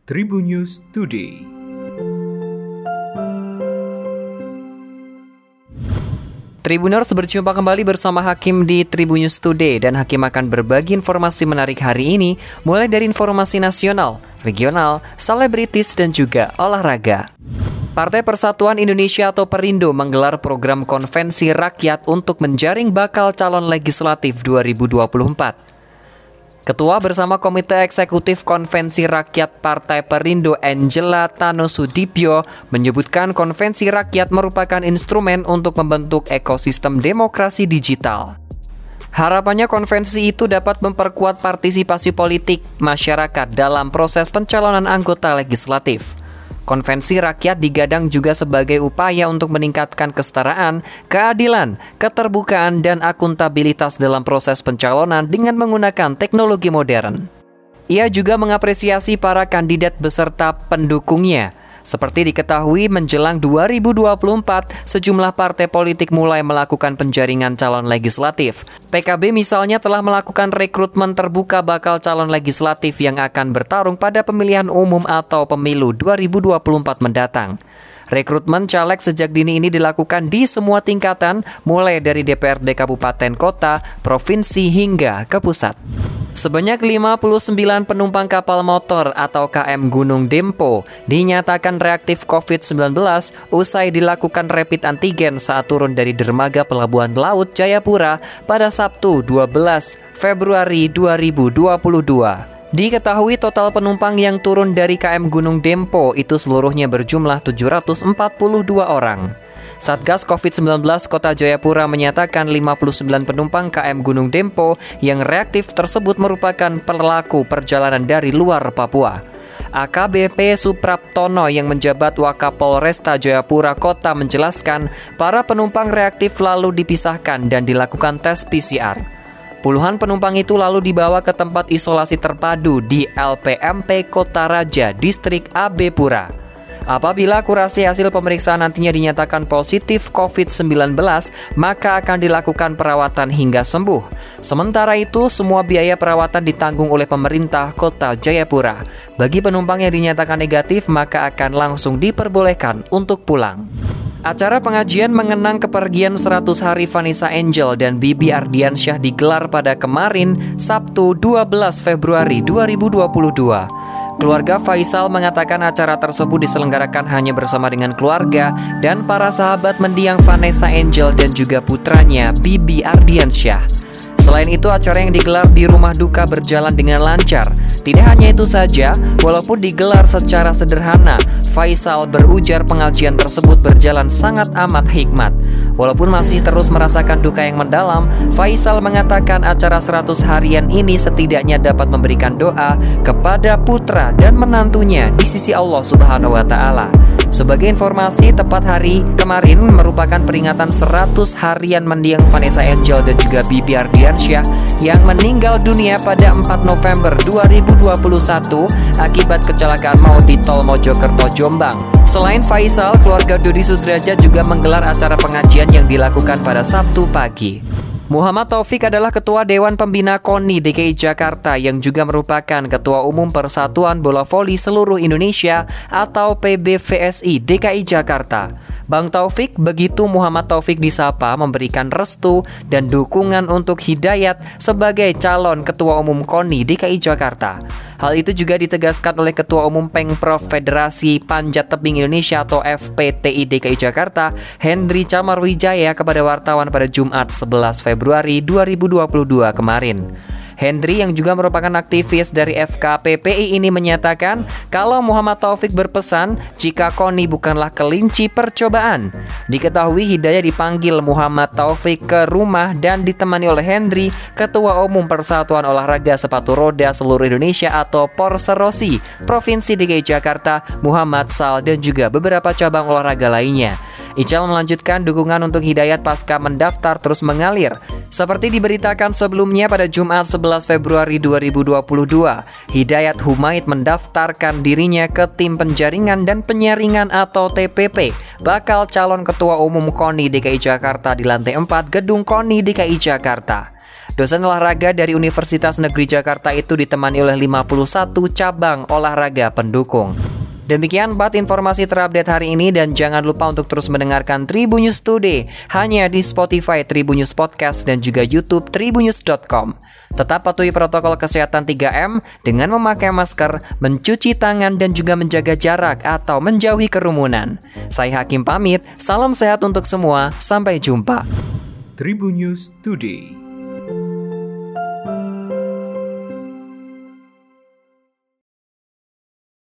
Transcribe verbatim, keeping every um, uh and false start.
Tribun News Today. Tribuners berjumpa kembali bersama Hakim di Tribun News Today, dan Hakim akan berbagi informasi menarik hari ini, mulai dari informasi nasional, regional, selebritis, dan juga olahraga. Partai Persatuan Indonesia atau Perindo menggelar program konvensi rakyat untuk menjaring bakal calon legislatif dua ribu dua puluh empat. Ketua bersama Komite Eksekutif Konvensi Rakyat Partai Perindo Angela Tanosudibyo menyebutkan konvensi rakyat merupakan instrumen untuk membentuk ekosistem demokrasi digital. Harapannya konvensi itu dapat memperkuat partisipasi politik masyarakat dalam proses pencalonan anggota legislatif. Konvensi rakyat digadang juga sebagai upaya untuk meningkatkan kesetaraan, keadilan, keterbukaan, dan akuntabilitas dalam proses pencalonan dengan menggunakan teknologi modern. Ia juga mengapresiasi para kandidat beserta pendukungnya. Seperti diketahui, menjelang dua ribu dua puluh empat, sejumlah partai politik mulai melakukan penjaringan calon legislatif. P K B misalnya telah melakukan rekrutmen terbuka bakal calon legislatif yang akan bertarung pada pemilihan umum atau pemilu dua ribu dua puluh empat mendatang. Rekrutmen caleg sejak dini ini dilakukan di semua tingkatan, mulai dari D P R D kabupaten kota, provinsi, hingga ke pusat. Sebanyak lima puluh sembilan penumpang kapal motor atau K M Gunung Dempo dinyatakan reaktif covid sembilan belas usai dilakukan rapid antigen saat turun dari dermaga Pelabuhan Laut Jayapura pada Sabtu dua belas Februari dua ribu dua puluh dua. Diketahui total penumpang yang turun dari K M Gunung Dempo itu seluruhnya berjumlah tujuh ratus empat puluh dua orang. Satgas covid sembilan belas Kota Jayapura menyatakan lima puluh sembilan penumpang K M Gunung Dempo yang reaktif tersebut merupakan pelaku perjalanan dari luar Papua. A K B P Supraptono yang menjabat Wakapolresta Jayapura Kota menjelaskan para penumpang reaktif lalu dipisahkan dan dilakukan tes P C R. Puluhan penumpang itu lalu dibawa ke tempat isolasi terpadu di L P M P Kota Raja, Distrik A B Pura. Apabila akurasi hasil pemeriksaan nantinya dinyatakan positif covid sembilan belas, maka akan dilakukan perawatan hingga sembuh. Sementara itu, semua biaya perawatan ditanggung oleh pemerintah Kota Jayapura. Bagi penumpang yang dinyatakan negatif, maka akan langsung diperbolehkan untuk pulang. Acara pengajian mengenang kepergian seratus hari Vanessa Angel dan Bibi Ardiansyah digelar pada kemarin, Sabtu dua belas Februari dua ribu dua puluh dua. Keluarga Faisal mengatakan acara tersebut diselenggarakan hanya bersama dengan keluarga dan para sahabat mendiang Vanessa Angel dan juga putranya Bibi Ardiansyah. Selain itu, acara yang digelar di rumah duka berjalan dengan lancar. Tidak hanya itu saja, walaupun digelar secara sederhana, Faisal berujar pengajian tersebut berjalan sangat amat hikmat. Walaupun masih terus merasakan duka yang mendalam, Faisal mengatakan acara seratus harian ini setidaknya dapat memberikan doa kepada putra dan menantunya di sisi Allah Subhanahu wa Ta'ala. Sebagai informasi, tepat hari kemarin merupakan peringatan seratus harian mendiang Vanessa Angel dan juga Bibi Ardiansyah yang meninggal dunia pada empat November dua ribu dua puluh satu akibat kecelakaan maut di Tol Mojokerto, Jombang. Selain Faisal, keluarga Dodi Sudrajat juga menggelar acara pengajian yang dilakukan pada Sabtu pagi. Muhammad Taufik adalah Ketua Dewan Pembina KONI D K I Jakarta yang juga merupakan Ketua Umum Persatuan Bola Voli Seluruh Indonesia atau P B V S I D K I Jakarta. Bang Taufik, begitu Muhammad Taufik disapa, memberikan restu dan dukungan untuk Hidayat sebagai calon Ketua Umum KONI D K I Jakarta. Hal itu juga ditegaskan oleh Ketua Umum Pengprov Federasi Panjat Tebing Indonesia atau F P T I D K I Jakarta, Hendri Camarwijaya, kepada wartawan pada Jumat sebelas Februari dua ribu dua puluh dua kemarin. Hendri yang juga merupakan aktivis dari F K P P I ini menyatakan kalau Muhammad Taufik berpesan jika KONI bukanlah kelinci percobaan. Diketahui Hidayat dipanggil Muhammad Taufik ke rumah dan ditemani oleh Hendri, Ketua Umum Persatuan Olahraga Sepatu Roda Seluruh Indonesia atau Porserosi, Provinsi D K I Jakarta, Muhammad Sal, dan juga beberapa cabang olahraga lainnya. Ical melanjutkan dukungan untuk Hidayat pasca mendaftar terus mengalir. Seperti diberitakan sebelumnya pada Jumat sebelas Februari dua ribu dua puluh dua, Hidayat Humaid mendaftarkan dirinya ke tim penjaringan dan penyaringan atau T P P, bakal calon Ketua Umum KONI D K I Jakarta di lantai empat Gedung KONI D K I Jakarta. Dosen olahraga dari Universitas Negeri Jakarta itu ditemani oleh lima puluh satu cabang olahraga pendukung. Demikian empat informasi terupdate hari ini dan jangan lupa untuk terus mendengarkan Tribun News Today hanya di Spotify Tribun News Podcast dan juga YouTube tribunnews dot com. Tetap patuhi protokol kesehatan tiga M dengan memakai masker, mencuci tangan dan juga menjaga jarak atau menjauhi kerumunan. Saya Hakim pamit, salam sehat untuk semua, sampai jumpa. Tribun News Today.